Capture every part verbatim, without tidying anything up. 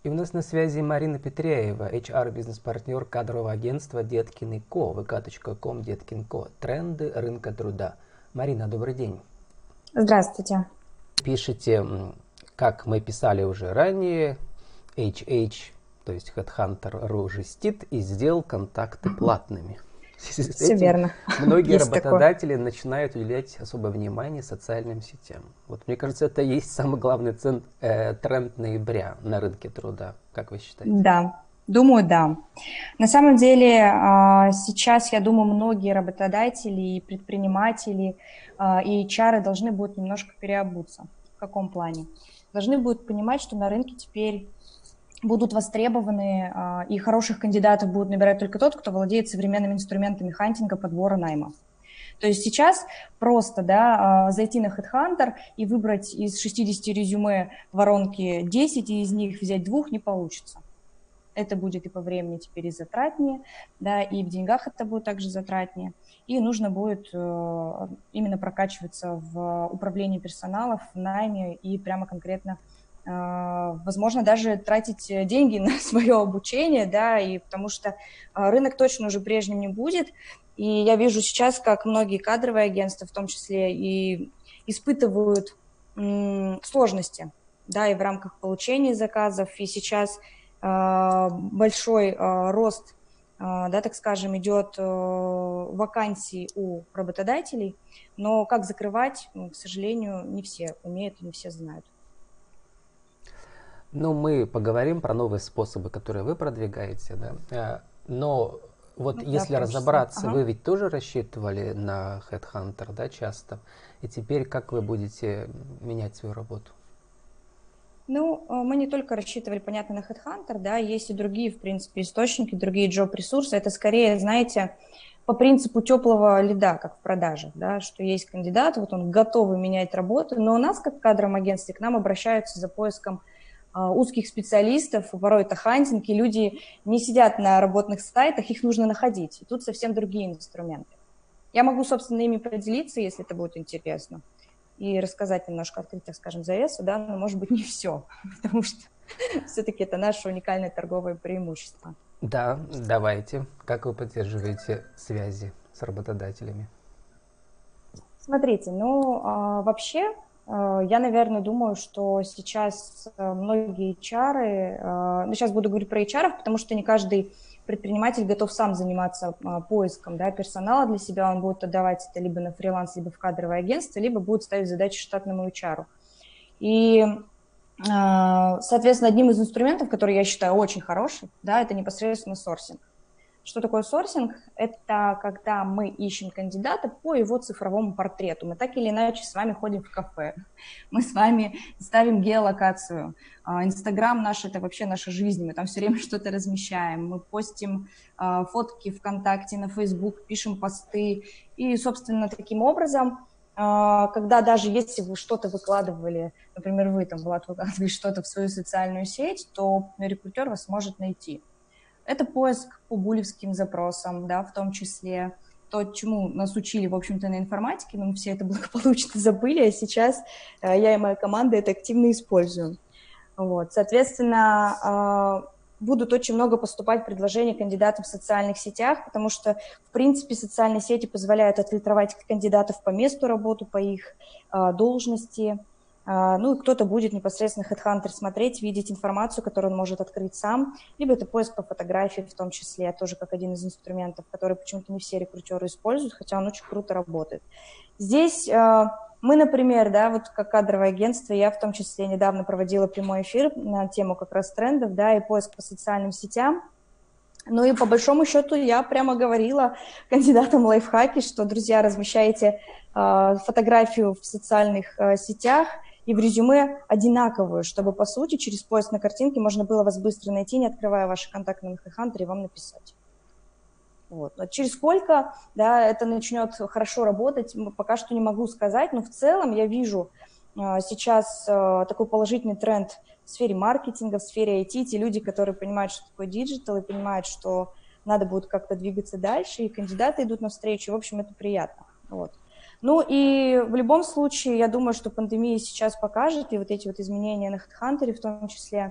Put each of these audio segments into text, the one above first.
И у нас на связи Марина Петряева, эйч ар-бизнес-партнер кадрового агентства Деткин и Ко, вэ ка точка ком, Деткин Ко. Тренды рынка труда. Марина, добрый день. Здравствуйте. Пишите, как мы писали уже ранее, эйч эйч, то есть HeadHunter, ружестит и сделал контакты платными. В связи с Все этим верно. многие Есть работодатели такое. начинают уделять особое внимание социальным сетям. Вот мне кажется, это и есть самый главный цен, э, тренд ноября на рынке труда. Как вы считаете? Да, думаю, да. На самом деле сейчас, я думаю, многие работодатели и предприниматели, и эйч ар должны будут немножко переобуться. В каком плане? Должны будут понимать, что на рынке теперь будут востребованы, и хороших кандидатов будут набирать только тот, кто владеет современными инструментами хантинга, подбора, найма. То есть сейчас просто да, зайти на HeadHunter и выбрать из шестидесяти резюме воронки десять, и из них взять двух не получится. Это будет и по времени теперь и затратнее, да, и в деньгах это будет также затратнее. И нужно будет э, именно прокачиваться в управлении персоналом, в найме и прямо конкретно, э, возможно, даже тратить деньги на свое обучение, да, и потому что рынок точно уже прежним не будет. И я вижу сейчас, как многие кадровые агентства, в том числе, и испытывают м, сложности, да, и в рамках получения заказов. И сейчас большой рост, да, так скажем, идет вакансий у работодателей, но как закрывать, к сожалению, не все умеют и не все знают. Ну, мы поговорим про новые способы, которые вы продвигаете, да. Но вот Ну, если да, разобраться, ага. вы ведь тоже рассчитывали на HeadHunter, да, часто. И теперь как вы будете менять свою работу? Ну, мы не только рассчитывали, понятно, на HeadHunter, да, есть и другие, в принципе, источники, другие джоб-ресурсы. Это скорее, знаете, по принципу теплого лида, как в продаже, да, что есть кандидат, вот он готовый менять работу, но у нас, как в кадровом агентстве, к нам обращаются за поиском а, узких специалистов, порой это хантинг, и люди не сидят на работных сайтах, их нужно находить. И тут совсем другие инструменты. Я могу, собственно, ими поделиться, если это будет интересно, и рассказать немножко, открыть, так скажем, завесу, да, но, может быть, не все, потому что все-таки это наше уникальное торговое преимущество. Да, давайте. Как вы поддерживаете связи с работодателями? Смотрите, ну, а, вообще, а, я, наверное, думаю, что сейчас многие эйч ар, ну, сейчас буду говорить про эйч ар, потому что не каждый предприниматель готов сам заниматься а, поиском, да, персонала для себя, он будет отдавать это либо на фриланс, либо в кадровое агентство, либо будет ставить задачи штатному эйч ар. И, а, соответственно, одним из инструментов, который я считаю очень хороший, да, это непосредственно сорсинг. Что такое сорсинг? Это когда мы ищем кандидата по его цифровому портрету. Мы так или иначе с вами ходим в кафе, мы с вами ставим геолокацию. Инстаграм наш – это вообще наша жизнь, мы там все время что-то размещаем. Мы постим фотки ВКонтакте, на Фейсбук, пишем посты. И, собственно, таким образом, когда даже если вы что-то выкладывали, например, вы там, Влад, выкладывали что-то в свою социальную сеть, то рекрутер вас может найти. Это поиск по булевским запросам, да, в том числе то, чему нас учили, в общем-то, на информатике, но мы все это благополучно забыли, а сейчас я и моя команда это активно используем. Вот. Соответственно, будут очень много поступать предложений кандидатам в социальных сетях, потому что, в принципе, социальные сети позволяют отфильтровать кандидатов по месту работы, по их должности. Ну, и кто-то будет непосредственно HeadHunter смотреть, видеть информацию, которую он может открыть сам, либо это поиск по фотографии в том числе, тоже как один из инструментов, который почему-то не все рекрутеры используют, хотя он очень круто работает. Здесь мы, например, да, вот как кадровое агентство, я в том числе недавно проводила прямой эфир на тему как раз трендов, да, и поиск по социальным сетям. Ну и по большому счету я прямо говорила кандидатам лайфхаки, что, друзья, размещайте э, фотографию в социальных э, сетях и в резюме одинаковую, чтобы, по сути, через поиск на картинке можно было вас быстро найти, не открывая ваши контакты на HeadHunter и вам написать. Вот. Но через сколько, да, это начнет хорошо работать, пока что не могу сказать, но в целом я вижу э, сейчас э, такой положительный тренд в сфере маркетинга, в сфере ай ти, те люди, которые понимают, что такое диджитал, и понимают, что надо будет как-то двигаться дальше, и кандидаты идут навстречу, в общем, это приятно. Вот. Ну и в любом случае, я думаю, что пандемия сейчас покажет, и вот эти вот изменения на HeadHunter в том числе,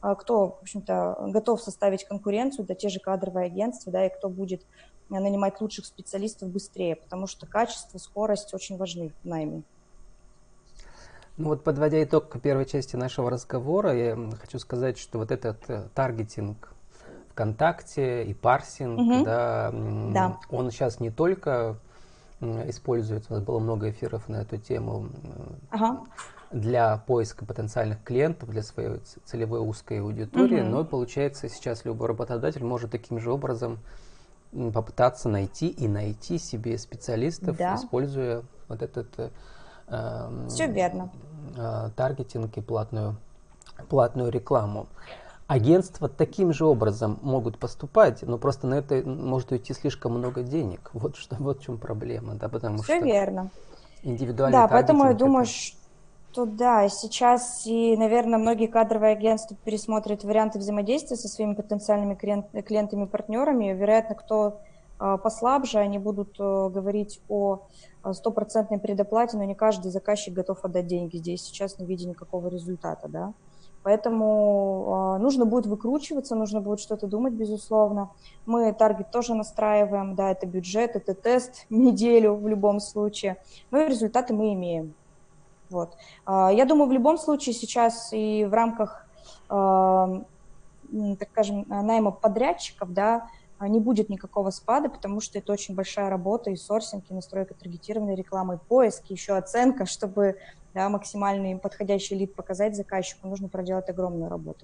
кто, в общем-то, готов составить конкуренцию, да, те же кадровые агентства, да, и кто будет нанимать лучших специалистов быстрее, потому что качество, скорость очень важны в найме. Ну вот, подводя итог первой части нашего разговора, я хочу сказать, что вот этот э, таргетинг ВКонтакте и парсинг, Угу. да, Да. он сейчас не только используется, у нас было много эфиров на эту тему, Ага. для поиска потенциальных клиентов, для своей целевой узкой аудитории, Угу. но получается сейчас любой работодатель может таким же образом попытаться найти и найти себе специалистов, Да. используя вот этот э, Все верно. э, таргетинг и платную, платную рекламу. Агентства таким же образом могут поступать, но просто на это может уйти слишком много денег. Вот, что, вот в чем проблема, да, потому Все что верно. индивидуальный Да, поэтому я таргетинг думаю, это... что да, сейчас и, наверное, многие кадровые агентства пересмотрят варианты взаимодействия со своими потенциальными клиентами и партнерами. Вероятно, кто э, послабже, они будут э, говорить о стопроцентной предоплате, но не каждый заказчик готов отдать деньги здесь сейчас, не видя никакого результата, да. Поэтому э, нужно будет выкручиваться, нужно будет что-то думать, безусловно. Мы таргет тоже настраиваем, да, это бюджет, это тест неделю в любом случае, но и результаты мы имеем. Вот. Я думаю, в любом случае сейчас и в рамках, так скажем, найма подрядчиков, да, не будет никакого спада, потому что это очень большая работа, и сорсинг, и настройка таргетированной рекламы, и поиск, и еще оценка, чтобы, да, максимальный подходящий лид показать заказчику, нужно проделать огромную работу.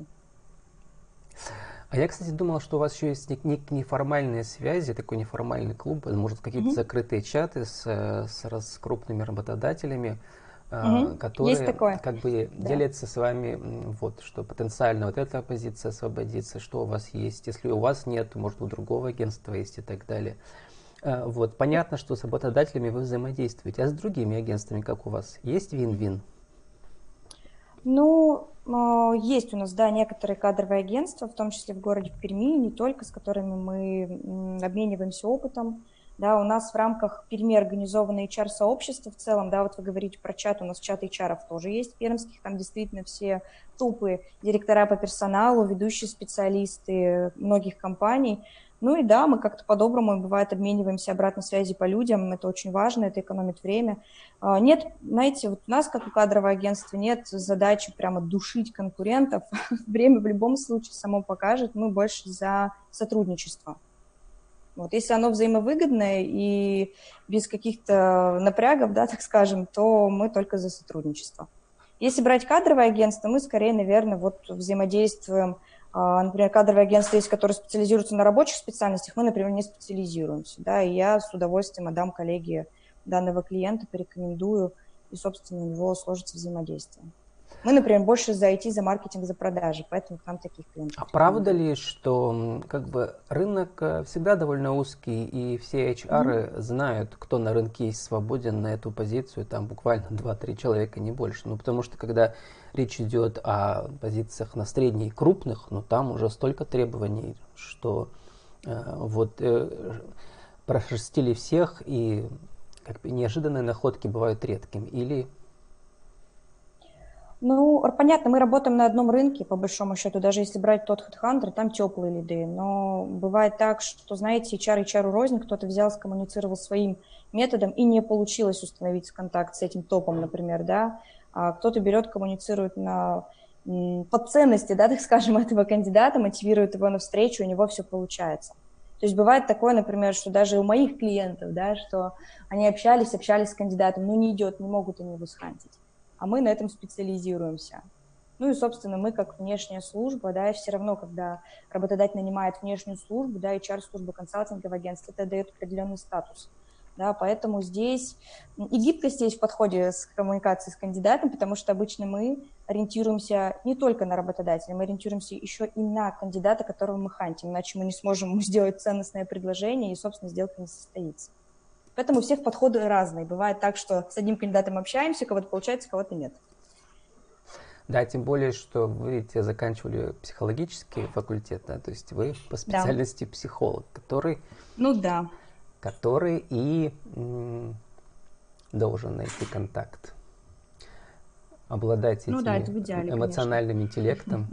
А я, кстати, думал, что у вас еще есть некие неформальные связи, такой неформальный клуб, может, какие-то mm-hmm. закрытые чаты с, с, с крупными работодателями, Угу. которые как бы да. делятся с вами, вот, что потенциально вот эта позиция освободится, что у вас есть. Если у вас нет, может, у другого агентства есть и так далее. Вот. Понятно, что с работодателями вы взаимодействуете, а с другими агентствами, как у вас, есть вин-вин? Ну, есть у нас, да, некоторые кадровые агентства, в том числе в городе Перми, не только, с которыми мы обмениваемся опытом. Да, у нас в рамках Перми организовано эйч ар-сообщество в целом, да, вот вы говорите про чат, у нас чат эйч ар тоже есть пермских, там действительно все топы, директора по персоналу, ведущие специалисты многих компаний. Ну и да, мы как-то по-доброму, бывает, обмениваемся обратной связи по людям, это очень важно, это экономит время. Нет, знаете, вот у нас, как у кадрового агентства, нет задачи прямо душить конкурентов, время в любом случае само покажет, мы больше за сотрудничество. Вот. Если оно взаимовыгодное и без каких-то напрягов, да, так скажем, то мы только за сотрудничество. Если брать кадровое агентство, мы скорее, наверное, вот взаимодействуем. Например, кадровое агентство есть, которое специализируется на рабочих специальностях, мы, например, не специализируемся. Да, и я с удовольствием отдам коллеге данного клиента, порекомендую, и, собственно, у него сложится взаимодействие. Мы, например, больше за ай ти, за маркетинг, за продажи, поэтому к нам таких клиентов. А правда ли, что как бы рынок всегда довольно узкий, и все эйч ар mm-hmm. знают, кто на рынке есть свободен на эту позицию, там буквально два-три человека, не больше. Ну, потому что когда речь идет о позициях на средней и крупных, ну, там уже столько требований, что э, вот э, прошерстили всех, и как бы неожиданные находки бывают редкими. Или... Ну, понятно, мы работаем на одном рынке, по большому счету, даже если брать тот HeadHunter, там теплые лиды, но бывает так, что, знаете, эйч ар эйч ар рознь, кто-то взял, скоммуницировал своим методом, и не получилось установить контакт с этим топом, например, да, а кто-то берет, коммуницирует на, по ценности, да, так скажем, этого кандидата, мотивирует его на встречу, у него все получается. То есть бывает такое, например, что даже у моих клиентов, да, что они общались, общались с кандидатом, но не идет, не могут они его схантить. А мы на этом специализируемся. Ну и, собственно, мы как внешняя служба, да, и все равно, когда работодатель нанимает внешнюю службу, да, эйч ар-служба, консалтинговое агентство, это дает определенный статус. Да, поэтому здесь и гибкость есть в подходе с коммуникацией с кандидатом, потому что обычно мы ориентируемся не только на работодателя, мы ориентируемся еще и на кандидата, которого мы хантим, иначе мы не сможем ему сделать ценностное предложение, и, собственно, сделка не состоится. Поэтому у всех подходы разные. Бывает так, что с одним кандидатом общаемся, кого-то получается, кого-то нет. Да, тем более, что вы ведь заканчивали психологический факультет, да, то есть вы по специальности да. психолог, который, ну, да. который и м, должен найти контакт, обладать этим ну, да, это в идеале, эмоциональным конечно. интеллектом,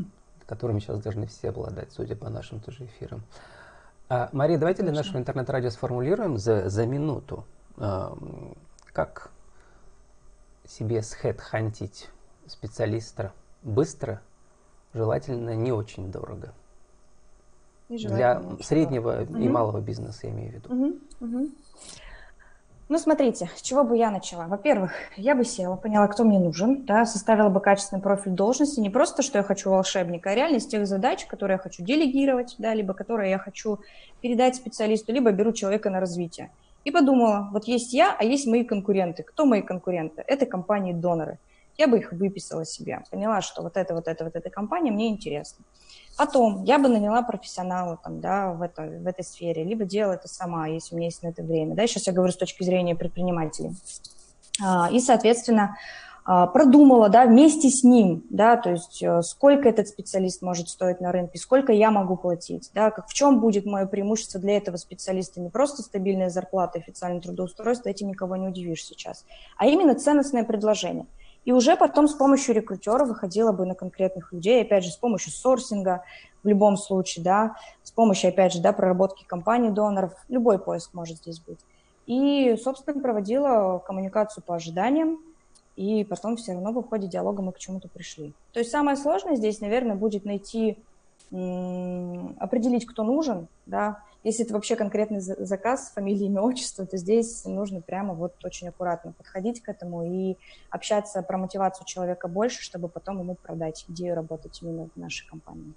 которыми сейчас должны все обладать, судя по нашим тоже эфирам. А, Мария, давайте для нашего интернет-радио сформулируем за, за минуту, а, как себе схедхантить специалиста быстро, желательно не очень дорого. Для среднего дорого. и угу. малого бизнеса, я имею в виду. Угу. Угу. Ну, смотрите, с чего бы я начала? Во-первых, я бы села, поняла, кто мне нужен, да, составила бы качественный профиль должности, не просто, что я хочу волшебника, а реально из тех задач, которые я хочу делегировать, да, либо которые я хочу передать специалисту, либо беру человека на развитие. И подумала, вот есть я, а есть мои конкуренты. Кто мои конкуренты? Это компании-доноры. Я бы их выписала себе, поняла, что вот это, вот это, вот эта компания мне интересна. Потом я бы наняла профессионала там, да, в, это, в этой сфере, либо делала это сама, если у меня есть на это время. Да, сейчас я говорю с точки зрения предпринимателей. И, соответственно, продумала, да, вместе с ним, да, то есть сколько этот специалист может стоить на рынке, сколько я могу платить, да, как, в чем будет мое преимущество для этого специалиста, не просто стабильная зарплата, официальное трудоустройство, этим никого не удивишь сейчас, а именно ценностное предложение. И уже потом с помощью рекрутера выходила бы на конкретных людей, опять же, с помощью сорсинга в любом случае, да, с помощью, опять же, да, проработки компаний доноров, любой поиск может здесь быть. И, собственно, проводила коммуникацию по ожиданиям, и потом все равно в ходе диалога мы к чему-то пришли. То есть самое сложное здесь, наверное, будет найти, м- определить, кто нужен, да. Если это вообще конкретный заказ, фамилия, имя, отчество, то здесь нужно прямо вот очень аккуратно подходить к этому и общаться про мотивацию человека больше, чтобы потом ему продать идею работать именно в нашей компании.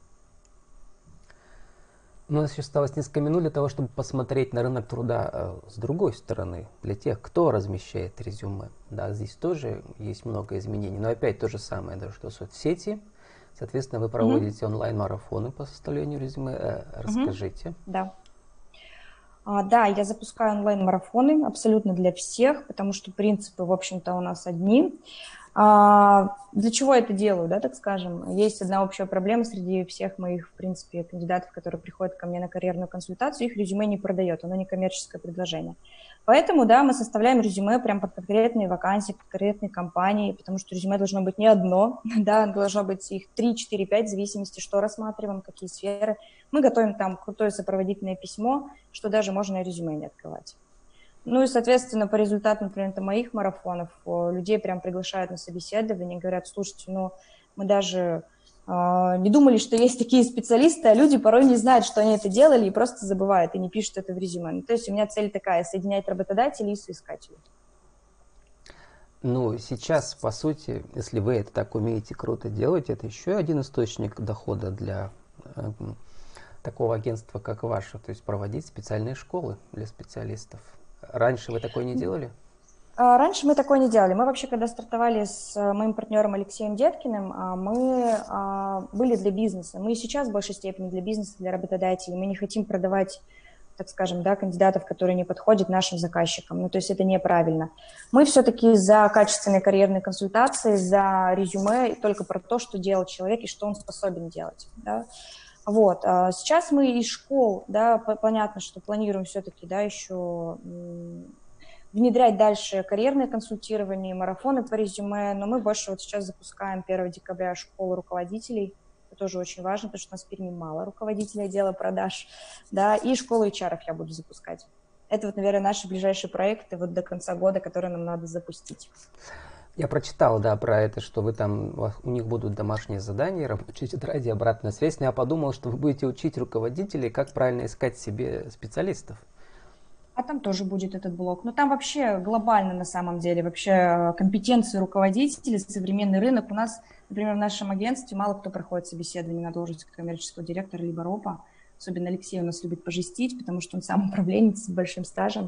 У нас еще осталось несколько минут для того, чтобы посмотреть на рынок труда с другой стороны, для тех, кто размещает резюме. Да, здесь тоже есть много изменений, но опять то же самое, да, что соцсети. Соответственно, вы проводите mm-hmm. онлайн-марафоны по составлению резюме. Расскажите. Mm-hmm. Да. А, да, я запускаю онлайн-марафоны абсолютно для всех, потому что принципы, в общем-то, у нас одни. А, для чего я это делаю, да, так скажем? Есть одна общая проблема среди всех моих, в принципе, кандидатов, которые приходят ко мне на карьерную консультацию, их резюме не продает, оно не коммерческое предложение. Поэтому, да, мы составляем резюме прям под конкретные вакансии, под конкретные компании, потому что резюме должно быть не одно, да, должно быть их три, четыре, пять, в зависимости, что рассматриваем, какие сферы. Мы готовим там крутое сопроводительное письмо, что даже можно резюме не открывать. Ну и, соответственно, по результатам, например, моих марафонов людей прям приглашают на собеседование, говорят, слушайте, ну мы даже э, не думали, что есть такие специалисты, а люди порой не знают, что они это делали и просто забывают, и не пишут это в резюме. Ну, то есть у меня цель такая, соединять работодателей и соискателей. Ну, сейчас, по сути, если вы это так умеете круто делать, это еще один источник дохода для э, такого агентства, как ваше, то есть проводить специальные школы для специалистов. Раньше вы такое не делали? Раньше мы такое не делали. Мы вообще, когда стартовали с моим партнером Алексеем Деткиным, мы были для бизнеса. Мы и сейчас в большей степени для бизнеса, для работодателей. Мы не хотим продавать, так скажем, да, кандидатов, которые не подходят нашим заказчикам. Ну, то есть это неправильно. Мы все-таки за качественные карьерные консультации, за резюме, только про то, что делает человек и что он способен делать, да. Вот. Сейчас мы из школ, да, понятно, что планируем все-таки, да, еще внедрять дальше карьерное консультирование, марафоны по резюме, но мы больше вот сейчас запускаем первого декабря школу руководителей, это тоже очень важно, потому что у нас в Перми мало руководителей отдела продаж, да, и школу эйч ар я буду запускать. Это вот, наверное, наши ближайшие проекты вот до конца года, которые нам надо запустить. Я прочитал, да, про это, что вы там, у них будут домашние задания, рабочие тетради, обратная связь. Но я подумал, что вы будете учить руководителей, как правильно искать себе специалистов. А там тоже будет этот блок. Но там вообще глобально на самом деле, вообще компетенции руководителей, современный рынок. У нас, например, в нашем агентстве мало кто проходит собеседование на должность коммерческого директора либо ропа. Особенно Алексей у нас любит пожестить, потому что он сам управленец с большим стажем.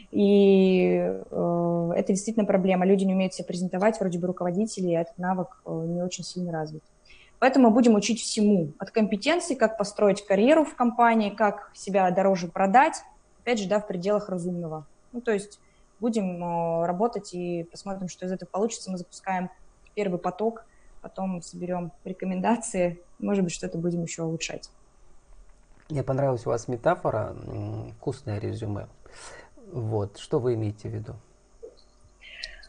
И э, это действительно проблема. Люди не умеют себя презентовать, вроде бы руководители, а этот навык э, не очень сильно развит. Поэтому мы будем учить всему. От компетенций, как построить карьеру в компании, как себя дороже продать, опять же, да, в пределах разумного. Ну, то есть будем э, работать и посмотрим, что из этого получится. Мы запускаем первый поток, потом соберем рекомендации, может быть, что-то будем еще улучшать. Мне понравилась у вас метафора «вкусное резюме». Вот, что вы имеете в виду?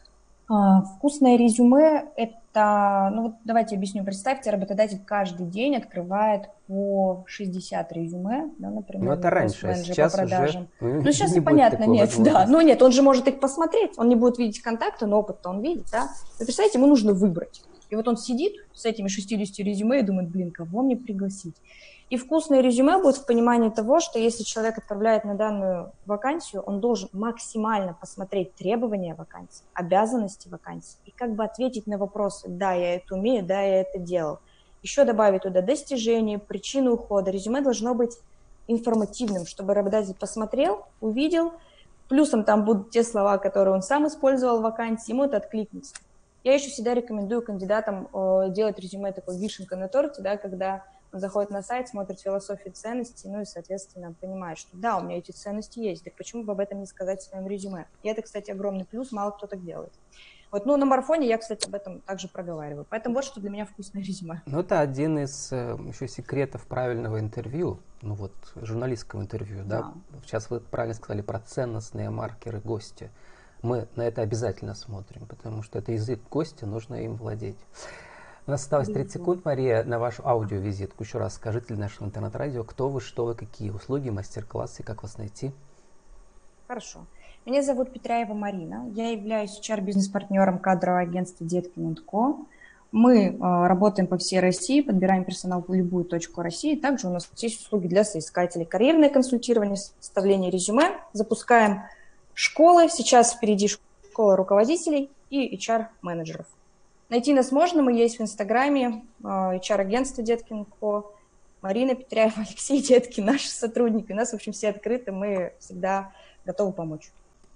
А, Вкусное резюме– это, ну вот давайте объясню. Представьте, работодатель каждый день открывает по шестьдесят резюме, да, Ну, например, это на поиск раньше, а менеджера по сейчас уже продажам. Ну, сейчас не и будет понятно, такой нет, да. Ну, возможности. нет, он же может их посмотреть, он не будет видеть контакты, но опыт-то он видит, да. Вы представляете, ему нужно выбрать. И вот он сидит с этими шестьюдесятью резюме и думает, блин, кого мне пригласить? И вкусное резюме будет в понимании того, что если человек отправляет на данную вакансию, он должен максимально посмотреть требования вакансии, обязанности вакансии и как бы ответить на вопросы, да, я это умею, да, я это делал. Еще добавить туда достижения, причины ухода. Резюме должно быть информативным, чтобы работодатель посмотрел, увидел, плюсом там будут те слова, которые он сам использовал в вакансии, ему это откликнется. Я еще всегда рекомендую кандидатам э, делать резюме такой вишенкой на торте, да, когда он заходит на сайт, смотрит философию ценностей, ну и, соответственно, понимает, что да, у меня эти ценности есть, так почему бы об этом не сказать в своем резюме? И это, кстати, огромный плюс, мало кто так делает. Вот, ну, на марафоне я, кстати, об этом также проговариваю. Поэтому вот что для меня вкусное резюме. Ну, это один из э, еще секретов правильного интервью, ну вот, журналистского интервью, да. Да. Сейчас вы правильно сказали про ценностные маркеры гостя. Мы на это обязательно смотрим, потому что это язык гостя, нужно им владеть. У нас осталось тридцать Безусловно. секунд, Мария, на вашу аудиовизитку. Еще раз скажите для нашего интернет-радио, кто вы, что вы, какие услуги, мастер-классы, как вас найти. Хорошо. Меня зовут Петряева Марина. Я являюсь эйч ар-бизнес-партнером кадрового агентства Деткин энд Ко. Мы э, работаем по всей России, подбираем персонал в любую точку России. Также у нас есть услуги для соискателей. Карьерное консультирование, составление резюме. Запускаем школы. Сейчас впереди школа руководителей и эйч ар-менеджеров. Найти нас можно. Мы есть в Инстаграме, э, эйч ар-агентство Деткин энд Ко. Марина Петряева, Алексей Деткин, наши сотрудники. У нас, в общем, все открыты. Мы всегда готовы помочь.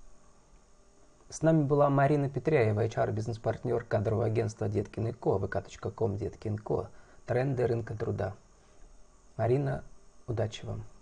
С нами была Марина Петряева, эйч ар-бизнес-партнер кадрового агентства Деткин энд Ко, вэ ка точка ком, Деткин энд Ко, тренды рынка труда. Марина, удачи вам!